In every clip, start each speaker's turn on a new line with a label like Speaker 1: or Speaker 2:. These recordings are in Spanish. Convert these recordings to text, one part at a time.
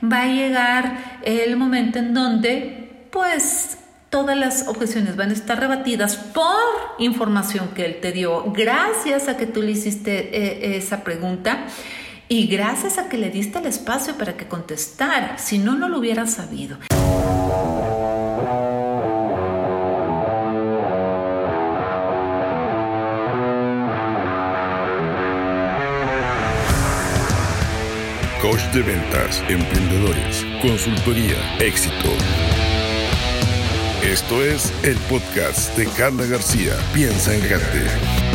Speaker 1: va a llegar el momento en donde pues todas las objeciones van a estar rebatidas por información que él te dio, gracias a que tú le hiciste esa pregunta y gracias a que le diste el espacio para que contestara. Si no, no lo hubieras sabido.
Speaker 2: Coach de ventas, emprendedores, consultoría, éxito. Esto es el podcast de Carla García. Piensa en grande.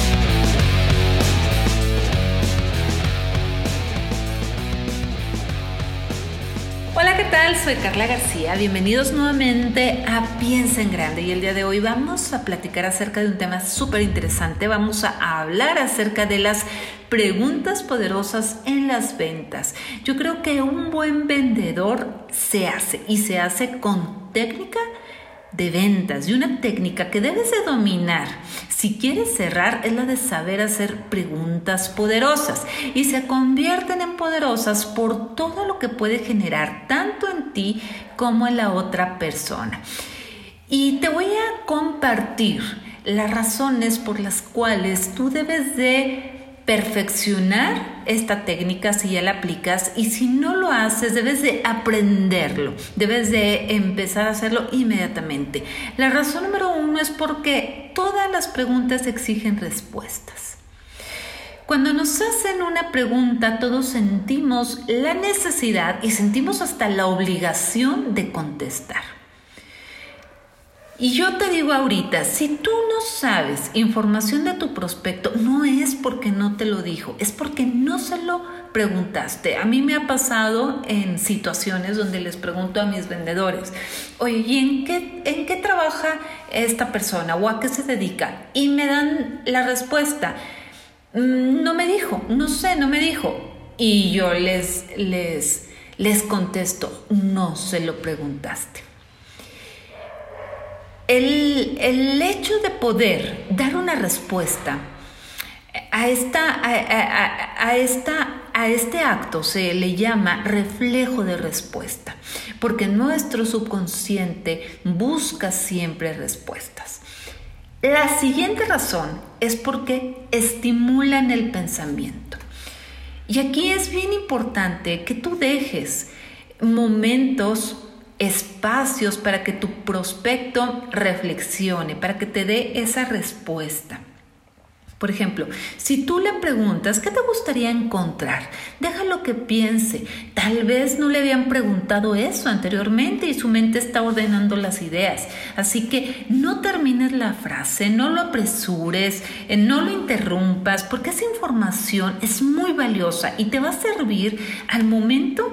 Speaker 1: Hola, ¿qué tal? Soy Carla García. Bienvenidos nuevamente a Piensa en Grande. Y el día de hoy vamos a platicar acerca de un tema súper interesante. Vamos a hablar acerca de las preguntas poderosas en las ventas. Yo creo que un buen vendedor se hace con técnica de ventas, y una técnica que debes de dominar si quieres cerrar es la de saber hacer preguntas poderosas, y se convierten en poderosas por todo lo que puede generar tanto en ti como en la otra persona. Y te voy a compartir las razones por las cuales tú debes de perfeccionar esta técnica si ya la aplicas, y si no lo haces debes de aprenderlo, debes de empezar a hacerlo inmediatamente. La razón número 1 es porque todas las preguntas exigen respuestas. Cuando nos hacen una pregunta, todos sentimos la necesidad y sentimos hasta la obligación de contestar. Y yo te digo ahorita, si tú no sabes información de tu prospecto, no es porque no te lo dijo, es porque no se lo preguntaste. A mí me ha pasado en situaciones donde les pregunto a mis vendedores, oye, ¿y en qué trabaja esta persona o a qué se dedica? Y me dan la respuesta, no me dijo, no sé, no me dijo. Y yo les contesto, no se lo preguntaste. El hecho de poder dar una respuesta a este acto se le llama reflejo de respuesta, porque nuestro subconsciente busca siempre respuestas. La siguiente razón es porque estimulan el pensamiento. Y aquí es bien importante que tú dejes momentos, espacios para que tu prospecto reflexione, para que te dé esa respuesta. Por ejemplo, si tú le preguntas, ¿qué te gustaría encontrar? Déjalo que piense. Tal vez no le habían preguntado eso anteriormente y su mente está ordenando las ideas. Así que no termines la frase, no lo apresures, no lo interrumpas, porque esa información es muy valiosa y te va a servir al momento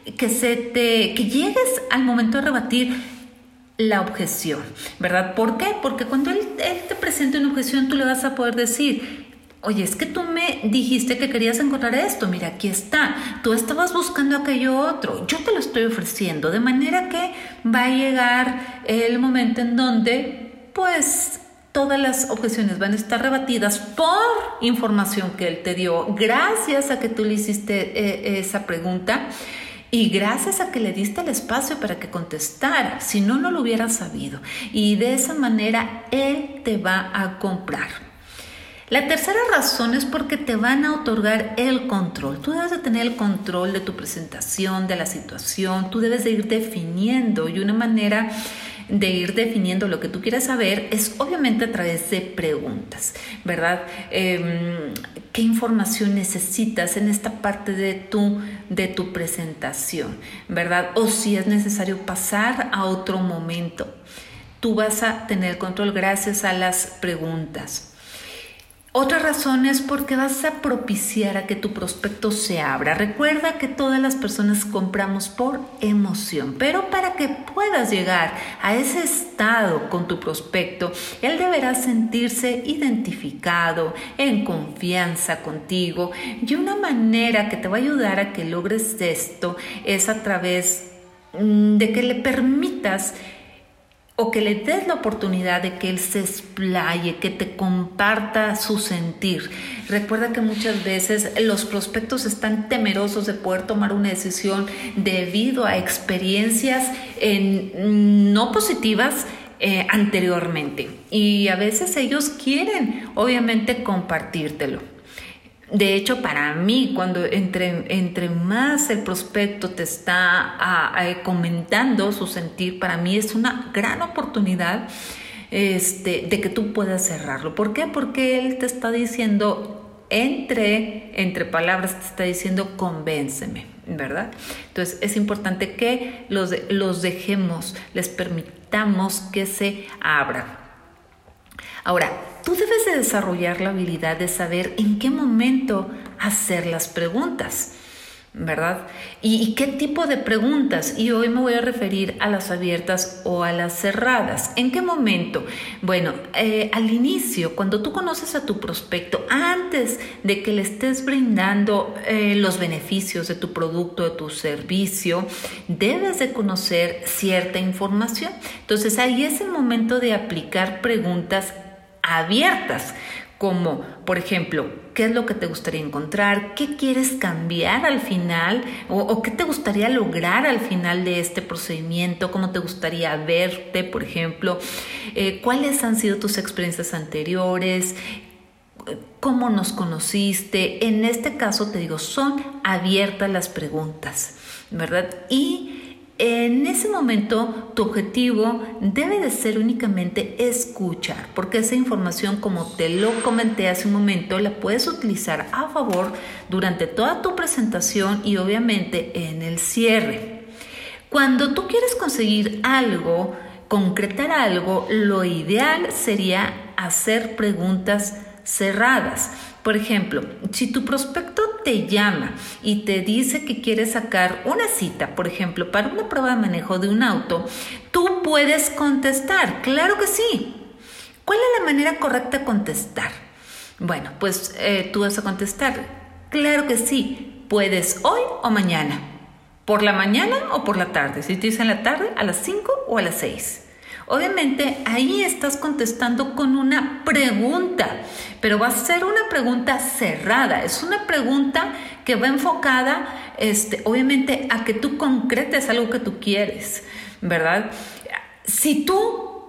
Speaker 1: que llegues al momento de rebatir la objeción, ¿verdad? ¿Por qué? Porque cuando él te presente una objeción, tú le vas a poder decir, oye, es que tú me dijiste que querías encontrar esto, mira, aquí está, tú estabas buscando aquello otro, yo te lo estoy ofreciendo, de manera que va a llegar el momento en donde, pues, todas las objeciones van a estar rebatidas por información que él te dio, gracias a que tú le hiciste esa pregunta. Y gracias a que le diste el espacio para que contestara, si no, no lo hubieras sabido. Y de esa manera él te va a comprar. La tercera razón es porque te van a otorgar el control. Tú debes de tener el control de tu presentación, de la situación. Tú debes de ir definiendo, y una manera de ir definiendo lo que tú quieres saber es obviamente a través de preguntas, ¿verdad? ¿Qué información necesitas en esta parte de tu presentación, ¿verdad? O si es necesario pasar a otro momento. Tú vas a tener control gracias a las preguntas. Otra razón es porque vas a propiciar a que tu prospecto se abra. Recuerda que todas las personas compramos por emoción, pero para que puedas llegar a ese estado con tu prospecto, él deberá sentirse identificado, en confianza contigo, y una manera que te va a ayudar a que logres esto es a través de que le permitas o que le des la oportunidad de que él se explaye, que te comparta su sentir. Recuerda que muchas veces los prospectos están temerosos de poder tomar una decisión debido a experiencias no positivas anteriormente. Y a veces ellos quieren, obviamente, compartírtelo. De hecho, para mí, cuando entre más el prospecto te está comentando su sentir, para mí es una gran oportunidad de que tú puedas cerrarlo. ¿Por qué? Porque él te está diciendo, entre palabras, te está diciendo convénceme, ¿verdad? Entonces, es importante que los dejemos, les permitamos que se abran. Ahora, tú debes de desarrollar la habilidad de saber en qué momento hacer las preguntas, ¿verdad? ¿Y qué tipo de preguntas? Y hoy me voy a referir a las abiertas o a las cerradas. ¿En qué momento? Bueno, al inicio, cuando tú conoces a tu prospecto, antes de que le estés brindando los beneficios de tu producto, de tu servicio, debes de conocer cierta información. Entonces, ahí es el momento de aplicar preguntas abiertas, como por ejemplo, ¿qué es lo que te gustaría encontrar? ¿Qué quieres cambiar al final? ¿O qué te gustaría lograr al final de este procedimiento? ¿Cómo te gustaría verte, por ejemplo? ¿Cuáles han sido tus experiencias anteriores? ¿Cómo nos conociste? En este caso, te digo, son abiertas las preguntas, ¿verdad? Y en ese momento, tu objetivo debe de ser únicamente escuchar, porque esa información, como te lo comenté hace un momento, la puedes utilizar a favor durante toda tu presentación y obviamente en el cierre. Cuando tú quieres conseguir algo, concretar algo, lo ideal sería hacer preguntas cerradas. Por ejemplo, si tu prospecto te llama y te dice que quiere sacar una cita, por ejemplo, para una prueba de manejo de un auto, tú puedes contestar. Claro que sí. ¿Cuál es la manera correcta de contestar? Bueno, pues tú vas a contestar. Claro que sí. Puedes hoy o mañana. ¿Por la mañana o por la tarde? Si te dicen la tarde, a las 5 o a las 6. Obviamente ahí estás contestando con una pregunta, pero va a ser una pregunta cerrada. Es una pregunta que va enfocada, obviamente, a que tú concretes algo que tú quieres, ¿verdad? Si tú,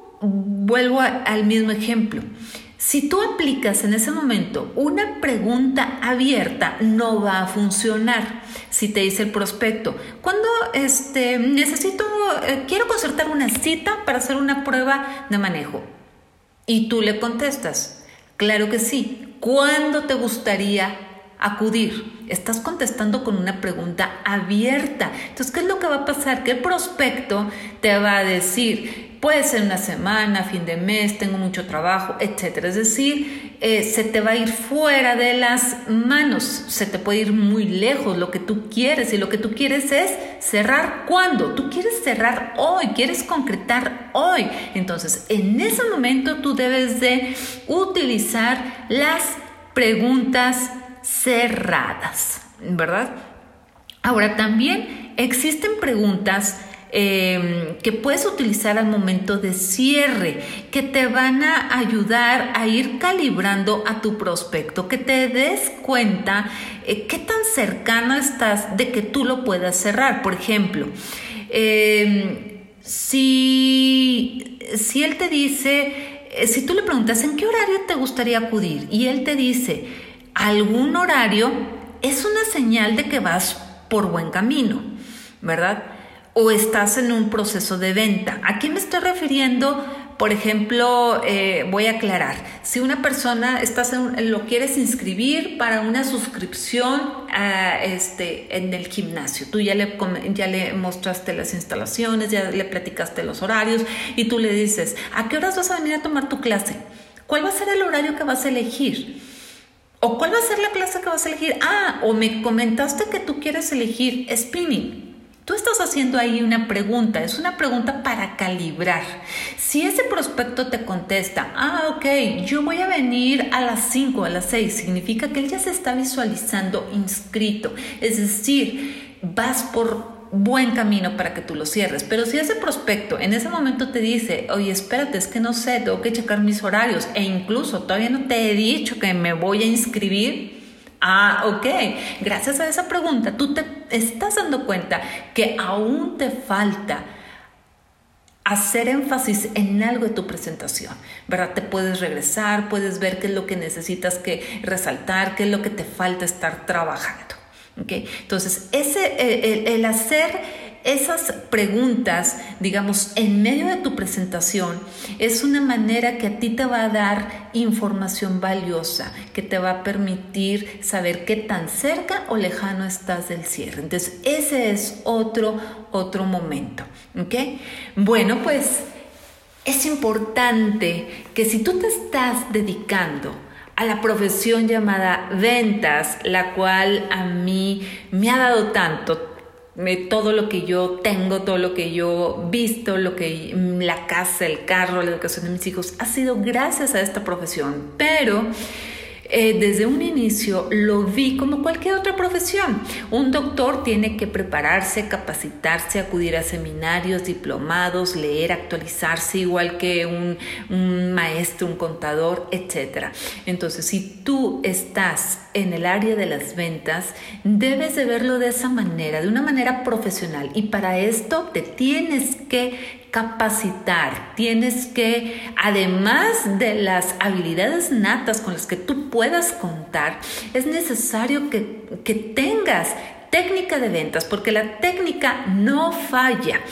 Speaker 1: vuelvo al mismo ejemplo, si tú aplicas en ese momento una pregunta abierta, no va a funcionar. Si te dice el prospecto, cuando quiero concertar una cita para hacer una prueba de manejo, y tú le contestas, claro que sí. ¿Cuándo te gustaría acudir? Estás contestando con una pregunta abierta. Entonces, ¿qué es lo que va a pasar? Que el prospecto te va a decir, puede ser una semana, fin de mes, tengo mucho trabajo, etcétera. Es decir, se te va a ir fuera de las manos, se te puede ir muy lejos lo que tú quieres, y lo que tú quieres es cerrar. ¿Cuándo? Tú quieres cerrar hoy, quieres concretar hoy. Entonces, en ese momento tú debes de utilizar las preguntas cerradas, ¿verdad? Ahora, también existen preguntas que puedes utilizar al momento de cierre, que te van a ayudar a ir calibrando a tu prospecto, que te des cuenta qué tan cercano estás de que tú lo puedas cerrar. Por ejemplo, si él te dice, si tú le preguntas ¿en qué horario te gustaría acudir? Y él te dice algún horario, es una señal de que vas por buen camino, ¿verdad? O estás en un proceso de venta. ¿A qué me estoy refiriendo? Por ejemplo, voy a aclarar. Si una persona lo quieres inscribir para una suscripción en el gimnasio, tú ya le mostraste las instalaciones, ya le platicaste los horarios y tú le dices, ¿a qué horas vas a venir a tomar tu clase? ¿Cuál va a ser el horario que vas a elegir? ¿O cuál va a ser la clase que vas a elegir? O me comentaste que tú quieres elegir spinning. Tú estás haciendo ahí una pregunta, es una pregunta para calibrar. Si ese prospecto te contesta, ok, yo voy a venir a las 5, a las 6, significa que él ya se está visualizando inscrito. Es decir, vas por buen camino para que tú lo cierres. Pero si ese prospecto en ese momento te dice, oye, espérate, es que no sé, tengo que checar mis horarios e incluso todavía no te he dicho que me voy a inscribir. Ok, gracias a esa pregunta tú te estás dando cuenta que aún te falta hacer énfasis en algo de tu presentación, ¿verdad? Te puedes regresar, puedes ver qué es lo que necesitas que resaltar, qué es lo que te falta estar trabajando. ¿Okay? Entonces, el hacer esas preguntas, digamos, en medio de tu presentación, es una manera que a ti te va a dar información valiosa, que te va a permitir saber qué tan cerca o lejano estás del cierre. Entonces, ese es otro momento. ¿Okay? Bueno, pues es importante que si tú te estás dedicando a la profesión llamada ventas, la cual a mí me ha dado tanto, todo lo que yo tengo, todo lo que yo he visto, la casa, el carro, la educación de mis hijos, ha sido gracias a esta profesión, pero desde un inicio lo vi como cualquier otra profesión. Un doctor tiene que prepararse, capacitarse, acudir a seminarios, diplomados, leer, actualizarse, igual que un maestro, un contador, etc. Entonces, si tú estás en el área de las ventas, debes de verlo de esa manera, de una manera profesional, y para esto te tienes que capacitar, tienes que, además de las habilidades natas con las que tú puedas contar, es necesario que tengas técnica de ventas, porque la técnica no falla.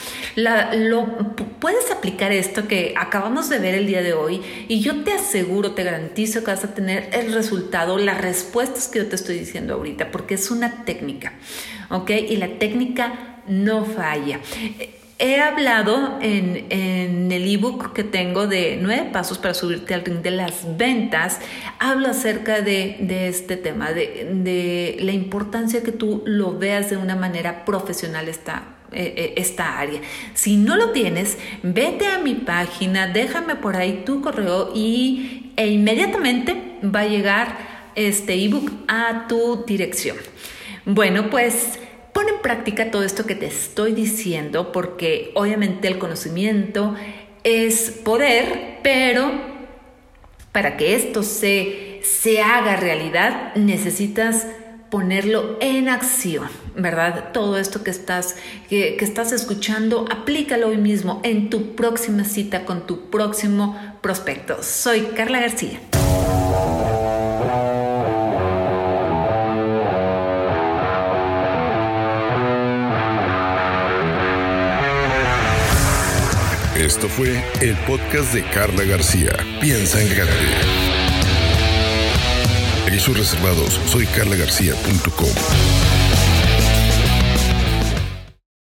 Speaker 1: Puedes aplicar esto que acabamos de ver el día de hoy y yo te aseguro, te garantizo que vas a tener el resultado, las respuestas que yo te estoy diciendo ahorita, porque es una técnica, ¿ok? Y la técnica no falla. He hablado en el ebook que tengo de 9 pasos para subirte al ring de las ventas. Hablo acerca de este tema, de la importancia que tú lo veas de una manera profesional esta área. Si no lo tienes, vete a mi página, déjame por ahí tu correo e inmediatamente va a llegar este ebook a tu dirección. Bueno, pues pon en práctica todo esto que te estoy diciendo, porque obviamente el conocimiento es poder, pero para que esto se haga realidad necesitas ponerlo en acción, ¿verdad? Todo esto que estás escuchando, aplícalo hoy mismo en tu próxima cita con tu próximo prospecto. Soy Carla García.
Speaker 2: Esto fue el podcast de Carla García. Piensa en grande. Servicios reservados. Soy carlagarcia.com.